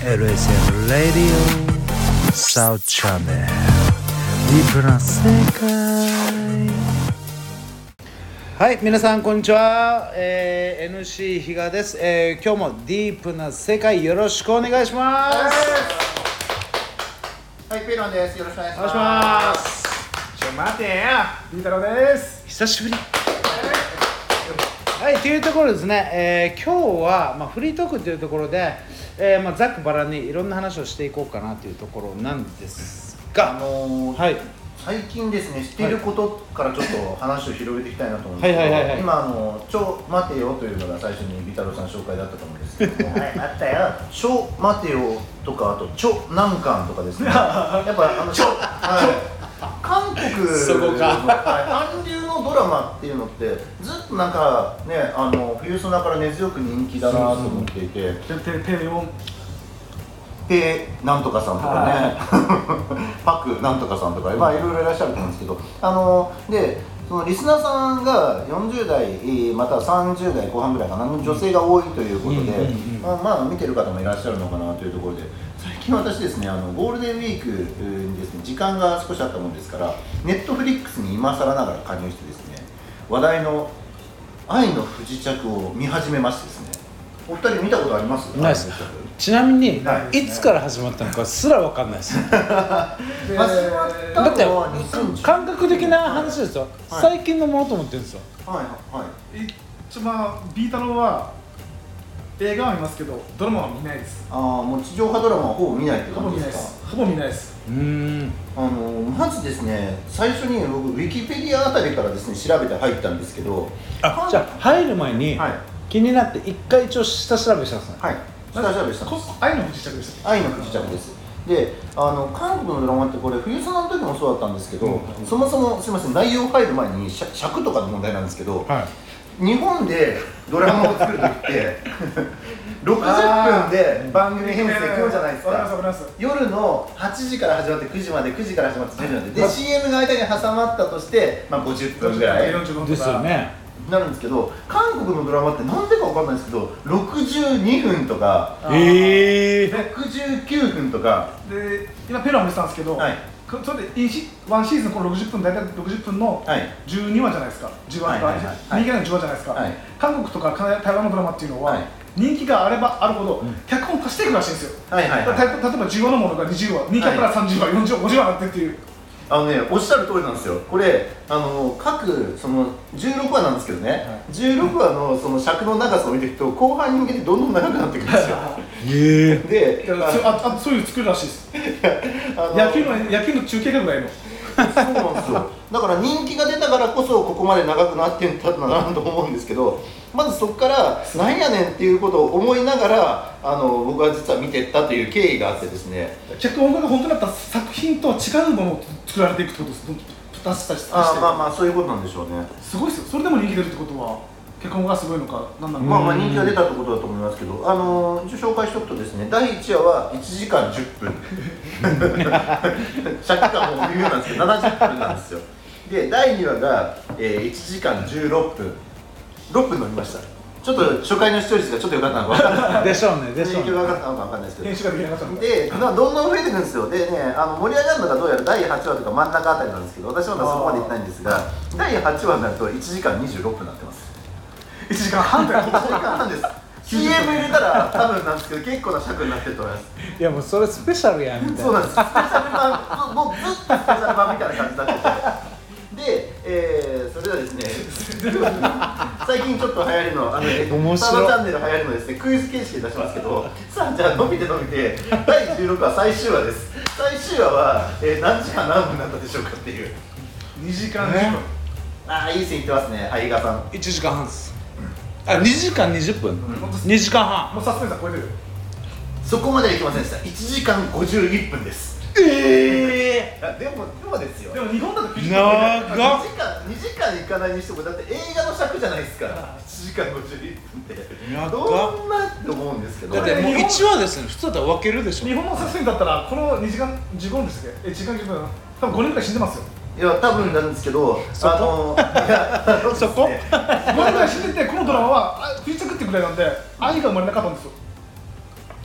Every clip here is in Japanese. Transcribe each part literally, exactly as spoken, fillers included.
エルエスエム Radio South Channel ディープな世界。はい、皆さんこんにちは、えー、エヌシー 比嘉です、えー、今日もディープな世界よろしくお願いします。 はい、ペイロンです。よろしくお願いします。 お願いします。 ちょ待てよ、ビータロです。 久しぶり。はい、というところですね、えー、今日は、まあ、フリートークというところで、えーまあ、ざっくばらんにいろんな話をしていこうかなというところなんですが、 あのー、 はい、 最近ですね、知っていることからちょっと話を広げていきたいなと思うんですけど、 はいはいはいはい、 今あの「ちょ待てよ」というのが最初にビタロさん紹介だったと思うんですけどもはい、待ったよ「ちょ待てよ」とか、あと「ちょ難関」とかですねやっぱあのちょ、はい韓国そこか、 はい、韓流のドラマっていうのってずっとなんかね、あの冬ソナから根強く人気だなと思っていて、 ペヨンペなんとかさんとかね、パクなんとかさんとか、まあいろいろいらっしゃると思うんですけど、あのでそのリスナーさんがよんじゅう代またはさんじゅう代後半ぐらいかなの女性が多いということで、まあ、まあ見てる方もいらっしゃるのかなというところで、最近私ですね、あのゴールデンウィークにですね時間が少しあったものですから、ネットフリックスに今更ながら加入してですね、話題の愛の不時着を見始めましてですね。お二人見たことあります？ ないです。ちなみに、ね、いつから始まったのかすら分かんないです。だって感覚的な話ですよ、はい、最近のものと思ってるんですよ。 はいはい。 一応まあビータロは映画は見ますけどドラマは見ないです。 ああ、もう地上波ドラマはほぼ見ないって感じですか？ ほぼ見ないです。 うーん、 あのまずですね、最初に僕ウィキペディアあたりからですね調べて入ったんですけど、 あ、じゃあ入る前に、はい、気になって一回一応下調べしたんですね。 はい、下調べしたんです。 愛の不時着です。 愛の不時着です。で、あの韓国のドラマってこれ冬ソナの時もそうだったんですけど、うん、そもそもすみません、内容入る前に尺とかの問題なんですけど、はい、日本でドラマを作る時ってろくじゅっぷんで番組編成組むじゃないですか。夜のはちじから始まってくじまで、くじから始まってじゅうじまでで、 シーエム が間に挟まったとして、まあ、ごじゅっぷんぐらいですよね。 なるんですけど、韓国のドラマってなんでかわかんないですけどろくじゅうにふんとか、 えー、 ろくじゅうきゅうふんとかで、今ペロン見てたんですけど、はい、それでワンシーズンこのろくじゅっぷん、大体ろくじゅっぷんのじゅうにわじゃないですか、じゅうわとか、人気がじゅうわじゃないですか、はい、韓国とか台湾のドラマっていうのは、はい、人気があればあるほど、うん、脚本足していくらしいんですよ。はいはいはい、例えばじゅうわのものがにじゅうわ、人気あったらさんじゅうわ、よんじゅうわ、ごじゅうわになってっていう。 あのね、おっしゃる通りなんですよ。これあの各そのじゅうろくわなんですけどね、はい、じゅうろくわのその尺の長さを見ていくと後半に向けてどんどん長くなってくるんですよ。 へで、 ああそういう作るらしいです。野球の野球の中継がぐらいの。 そうなんですよ。だから人気が出たからこそここまで長くなってんだなと思うんですけど、まずそこからなんやねんっていうことを思いながらあの僕は実は見てったという経緯があってですね。 脚本が本当だった作品とは違うものを作られていくってことです。出したりして。 あまあまあそういうことなんでしょうね。 すごいですよ。それでも人気出るってことは脚本がすごいのか何なのか。 まあまあ人気が出たってことだと思いますけど、あの一応紹介しておくとですね、だいいちわはいちじかんじゅっぷん尺感も微妙なんですけどななじゅっぷんなんですよ。でだいにわが、えー、いちじかんじゅうろっぷんろっぷん伸びました。ちょっと初回の視聴率がちょっと良かったのか分からないでしょうね、でしょうね。 影響が分かったのか分かんないですけど、 編集ができなかったので、どんどん増えていくんですよ。でね、あの盛り上がるのがどうやらだいはちわとか真ん中あたりなんですけど、私はまだそこまでいってないんですが、だいはちわになるといちじかんにじゅうろっぷんになってます。 いちじかんはんだよ。 いちじかんはんです。シーエム 入れたら多分なんですけど結構な尺になってると思います。 いやもうそれスペシャルやんみたいな。 そうなんです。スペシャル版、もうずっとスペシャル版みたいな感じになってて。で、えー、それではですね最近ちょっと流行りのあのサードチャンネル流行りのですねクイズ形式で出しますけど、さあじゃあ伸びて伸びてだいじゅうろくわ最終話です。最終話は、えー、何時間何分になったでしょうかっていう。 にじかんじゅっぷん。 ああいい線いってますね、はい、伊賀さん。 いちじかんはんです。あ、にじかんにじゅっぷん、うん、にじかんはん。 もうサスペンサー超えてる。 そこまではいきませんでした。いちじかんごじゅういっぷんです。 えー、でもでもですよ。 でも日本だときゅうじゅっぷん長っ。 にじかんいかないにしてもだって映画の尺じゃないですからいちじかんごじゅういっぷんってどんなって思うんですけど、 だってもういちわですね。普通だったら分けるでしょ。 日本のサスペンだったらこのにじかんじゅうごふんですっけ、えいちじかんじゅっぷん多分ごにんぐらい死んでますよ。 いや多分なんですけど、 そこあのいやそこごにんぐらい死んでて、このドラマは不時着ってぐらいなんで愛が生まれなかったんですよ。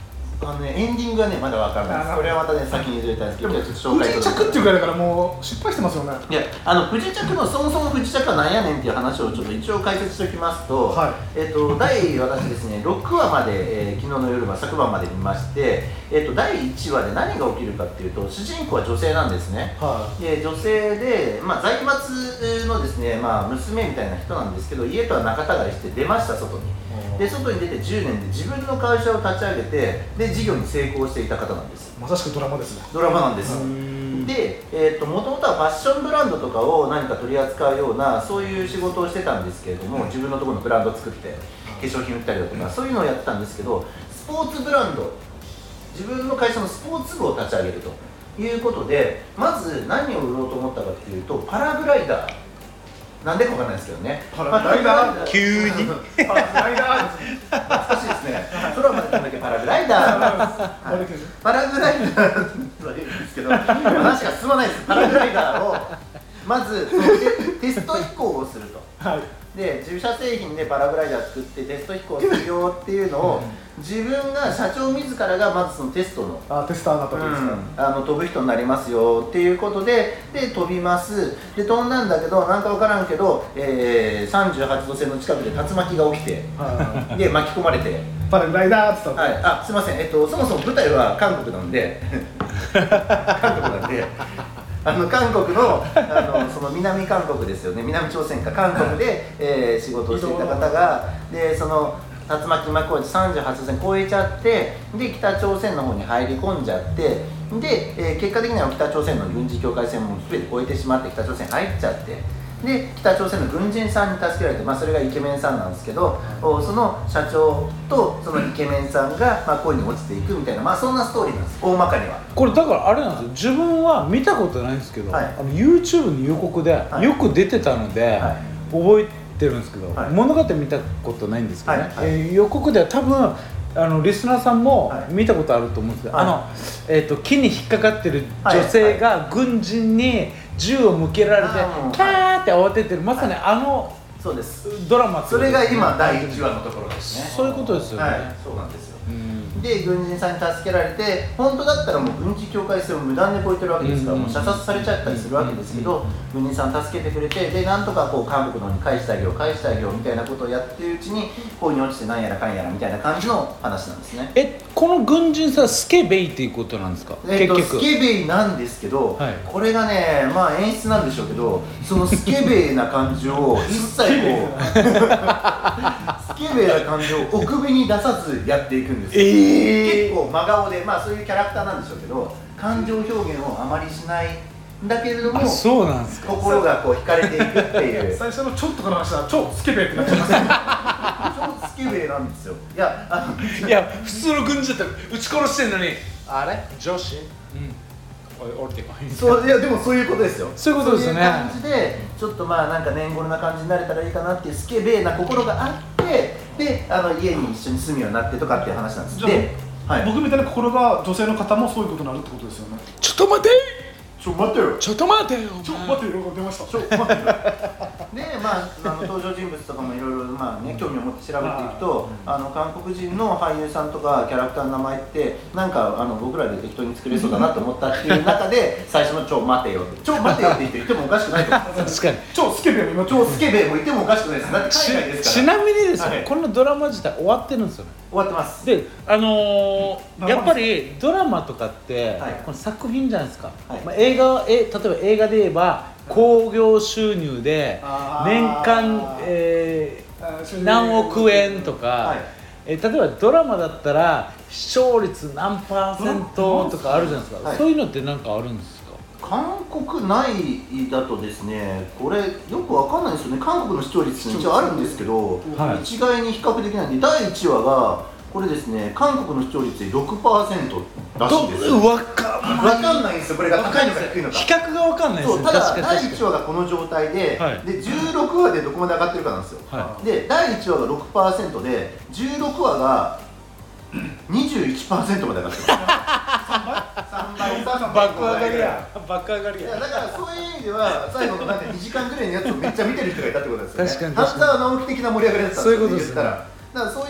あのね、エンディングはねまだ分からないです。これはまたね先に譲りたいんですけど、ちょっと紹介不時着っていうかだからもう失敗してますよね。 いや、あの不時着のそもそも不時着は何やねんっていう話をちょっと一応解説しておきますと、はい、えっとだい私ですねろくわまで、えー、昨日の夜は昨晩まで見まして、えっとだいいちわで何が起きるかっていうと、主人公は女性なんですね。はい、で女性で、まあ、財閥のですね、まあ、娘みたいな人なんですけど、家とは仲違いして出ました外に。で外に出てじゅうねんで自分の会社を立ち上げて、で事業に成功していた方なんです。 まさしくドラマですね。 ドラマなんです。で、えー、ともともとはファッションブランドとかを何か取り扱うようなそういう仕事をしてたんですけれども、自分のところのブランドを作って化粧品売ったりだとか、そういうのをやってたんですけど、スポーツブランド、自分の会社のスポーツ部を立ち上げるということで、まず何を売ろうと思ったかっていうと、パラグライダー、なんでかわかんないですけどね。 パラグライダー、 急にパラグライダー懐かしいですね。空まで飛んだけパラグライダー、はい、パラグライダーはいいんですけど、話が進まないです。パラグライダーをまずその テ, テスト飛行をすると、はい、で自社製品でパラグライダー作ってテスト飛行するよっていうのを自分が社長自らがまずそのテストのあテスターになったわけですか、 うん、あの飛ぶ人になりますよっていうことで、で飛びます。で飛んだんだけど、なんか分からんけど、えー、さんじゅうはちど線の近くで竜巻が起きて、はい、で巻き込まれてパラグライダーって言ったんです、 はい、あすいません、えっとそもそも舞台は韓国なんで韓国なんであの韓国のあのその南韓国ですよね、南朝鮮か韓国で、えー、仕事をしていた方が、でその竜巻巻き込んでさんじゅうはちど線越えちゃって、で北朝鮮の方に入り込んじゃって、で、えー、結果的には北朝鮮の軍事境界線も全て越えてしまって北朝鮮に入っちゃって、で北朝鮮の軍人さんに助けられて、まあ、それがイケメンさんなんですけど、その社長とそのイケメンさんが、まあ、恋に落ちていくみたいな、まあ、そんなストーリーなんです、大まかには。 これだからあれなんですよ、自分は見たことないんですけど、はい、あの YouTube の予告でよく出てたので、はい、覚えてるんですけど、はい、物語見たことないんですけどね、はいはい、えー、予告では多分あのリスナーさんも見たことあると思うんですけど、はい、あの、えーと、木に引っかかってる女性が軍人に銃を向けられて、はいはい、キャーって慌ててる、まさにあの、はい、 そうですドラマってことですね。 それが今だいいちわのところですね。 そういうことですよね、 はい、そうなんですよ。で軍人さんに助けられて、本当だったらもう軍事境界線を無断で越えてるわけですから、もう射殺されちゃったりするわけですけど、軍人さん助けてくれて、でなんとかこう韓国の方に返してあげよう返してあげようみたいなことをやってるうちに恋に落ちてなんやらかんやらみたいな感じの話なんですね。 えこの軍人さんスケベイっていうことなんですか、 えっと、結局スケベイなんですけど、はい、これがね、まあ演出なんでしょうけど、そのスケベイな感じを一切こうスケベイな感じをお首に出さずやっていくんですよ、えー、結構真顔で、まあそういうキャラクターなんでしょうけど、感情表現をあまりしないんだけれども、 そうなんですか、 心がこう惹かれていくっていう最初のちょっとから話したら超スケベイってなっちゃいます超スケベイなんですよ。いやあのいや普通の軍人だったら撃ち殺してんのに、あれ女子、うん降りてこい。 そういやでもそういうことですよ。 そういうことですよね。 そういう感じでちょっとまあなんか年頃な感じになれたらいいかなっていうスケベーな心があって、であの家に一緒に住むようになってとかっていう話なんです。で、 はい、僕みたいな心が女性の方もそういうことになるってことですよね。 ちょっと待てちょっと待ってよちょっと待ってよちょっと待ってよ出ましたちょっと待ってよでまあ、あの登場人物とかもいろいろまあね興味を持って調べていくと、あの韓国人の俳優さんとかキャラクターの名前ってなんかあの僕らで適当に作れそうだなと思ったっていう中で最初の超待てよって超待てよって言っていてもおかしくないと思う。 確かに超スケベも今超スケベもいてもおかしくないです。だって海外ですから。 ちなみにですね、はい、このドラマ自体終わってるんですよね。 終わってます。 であのー、やっぱりドラマとかって、はい、この作品じゃないですか、はい、まあ、映画え例えば映画で言えば興行収入で年間、えー、何億円とか、はい、えー、例えばドラマだったら視聴率何パーセントとかあるじゃないですか、はい、そういうのって何かあるんですか？ 韓国内だとですね、これよくわかんないですよね。韓国の視聴率って一応あるんですけど、はい、一概に比較できないんで、だいいちわがこれですね、韓国の視聴率で ろくパーセント らしいんですよ。 わかんない。 わかんないんですよ。これが高いのか低いのか。 比較がわかんないですね。 そう、ただだいいちわがこの状態で、はい、でじゅうろくわでどこまで上がってるかなんですよ。はい、でだいいちわが ろくパーセント でじゅうろくわが にじゅういちパーセント まで上がってる。さんばい爆上がりや爆上がりや。 だからそういう意味では最後のなんかにじかんぐらいのやつをめっちゃ見てる人がいたってことですよね。 確かに確かに。 ハンター直樹的な盛り上がりだったんですよ。 そういうことですね。 だからそういう感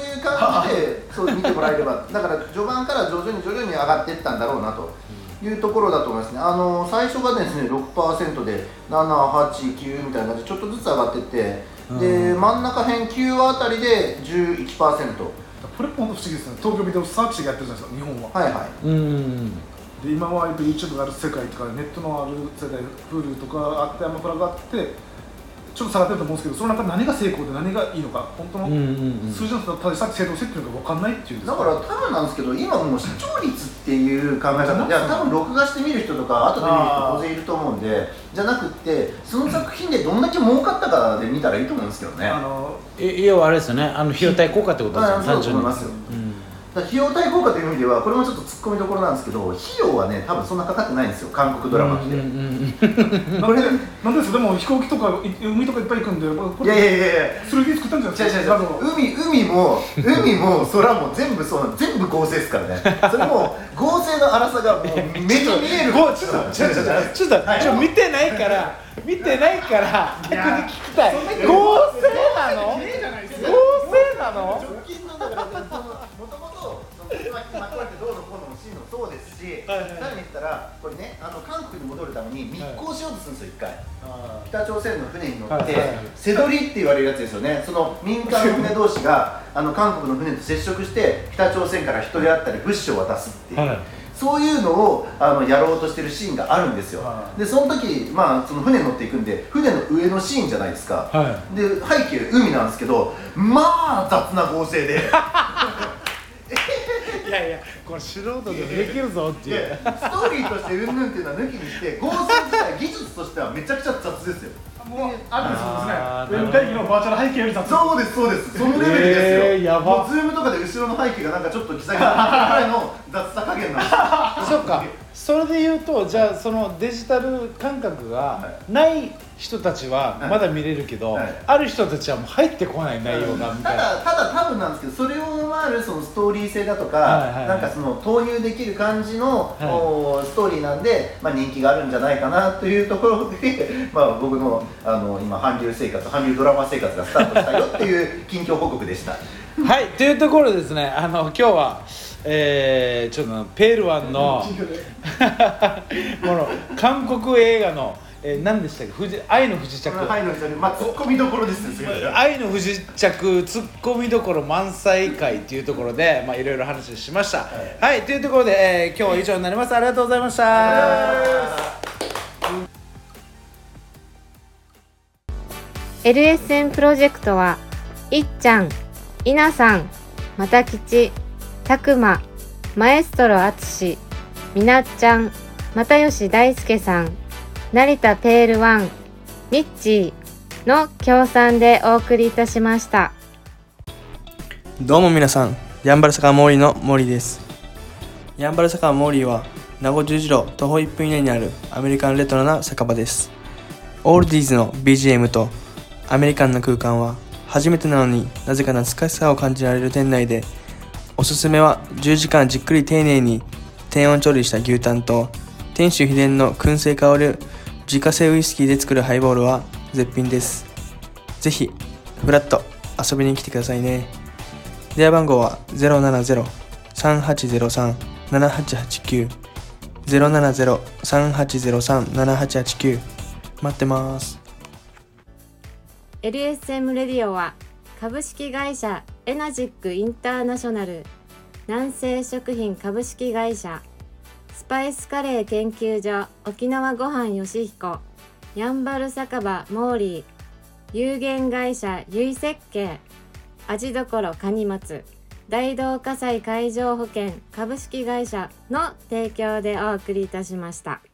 感じでそう見てもらえればだから序盤から徐々に徐々に上がっていったんだろうなというところだと思いますね。あの最初がですね ろくパーセント でなな、はち、きゅうみたいな感じでちょっとずつ上がっていって、うん、で真ん中辺きゅうあたりで じゅういちパーセント。 これも本当不思議ですね。東京ビデオサーチでやってるじゃないですか、日本は。 はいはい。うんで今は YouTube がある世界とかネットのある世界 Hulu とかあってアマプラがあってちょっと下がってると思うんですけど、その中で何が成功で何がいいのか本当の数字の正しさって正当性っていうのが分かんないっていうんですか。だから多分なんですけど今もう視聴率っていう考え方いや多分録画して見る人とか後で見る人当然いると思うんでじゃなくってその作品でどんだけ儲かったかで見たらいいと思うんですけどね。あの要はあれですよね、あの費用対効果ってことですよね。 そうだと思いますよ。費用対効果という意味ではこれもちょっと突っ込みどころなんですけど費用はね多分そんなかかってないんですよ韓国ドラマって。 これなんですか。でも飛行機とか海とかいっぱい行くんでいやいやいやいやスリーディー 作ったんじゃないですか。 海海も海も空も全部そう全部合成ですからね。それも合成の粗さがもう目に見える。 ちょっとちょっとちょっとちょっと見てないから見てないから逆に聞きたい。合成なの？合成なの？ 直近のだからもともと巻き巻かれてどうのこうののシーンもそうですし、さらに言ったらこれねあの韓国に戻るために密航しようとするんですよ一回。北朝鮮の船に乗って瀬取りって言われるやつですよね。その民間の船同士があの韓国の船と接触して北朝鮮から人であったり物資を渡すっていう。そういうのをあのやろうとしてるシーンがあるんですよ。でその時、まあ、その船乗っていくんで船の上のシーンじゃないですか、はい、で背景海なんですけどまあ雑な合成でいやいやこれ素人でできるぞっていうストーリーとしてうんぬんっていうのは抜きにして合成自体技術としてはめちゃくちゃ雑ですよ。 もうあるんですよね。ウェブ会議のバーチャル背景より雑。 そうですそうです。そのレベルですよ。やば。もうズームとかで後ろの背景がなんかちょっとギザギザなぐらいの雑さ加減なんですよ。 そっか。それで言うとじゃあそのデジタル感覚がない人たちはまだ見れるけど、はいはい、ある人たちはもう入ってこない内容がみたいな。 ただただ多分なんですけどそれを上回るそのストーリー性だとか、はいはいはい、なんかその投入できる感じの、はい、ストーリーなんで、まあ、人気があるんじゃないかなというところで、まあ、僕のあの今韓流生活韓流ドラマ生活がスタートしたよっていう近況報告でした。 はいというところですね。あの今日はえー、ちょっとペールワンのこの韓国映画の、えー、何でしたっけ、愛の不時着、 愛の不時着、まあツッコミどころですね。 愛の不時着ツッコミどころ満載回というところで、まあいろいろ話しました。はい、はい、というところで、えー、今日は以上になります。ありがとうございました。 エルエスエヌ プロジェクトはいっちゃん、いなさん、またきち、たくま、マエストロあつし、みなっちゃん、又吉大輔さん、成田ペールワン、ミッチーの協賛でお送りいたしました。 どうも皆さん、やんばる坂モーリーのモーリーです。やんばる坂モーリーは名護十字路徒歩いっぷん以内にあるアメリカンレトロな酒場です。オールディーズの ビージーエム とアメリカンな空間は初めてなのになぜか懐かしさを感じられる店内で、おすすめはじゅうじかんじっくり丁寧に低温調理した牛タンと店主秘伝の燻製香る自家製ウイスキーで作るハイボールは絶品です。ぜひフラッと遊びに来てくださいね。電話番号は ゼロななゼロ さんはちゼロさん ななはちはちきゅう ゼロななゼロ さんはちゼロさん ななはちはちきゅう 待ってます。 エルエスエム レディオは株式会社エナジックインターナショナル、南西食品株式会社、スパイスカレー研究所沖縄ごはんよしひこ、やんばる酒場モーリー、有限会社ゆい設計、味どころかに松、大同火災海上保険株式会社の提供でお送りいたしました。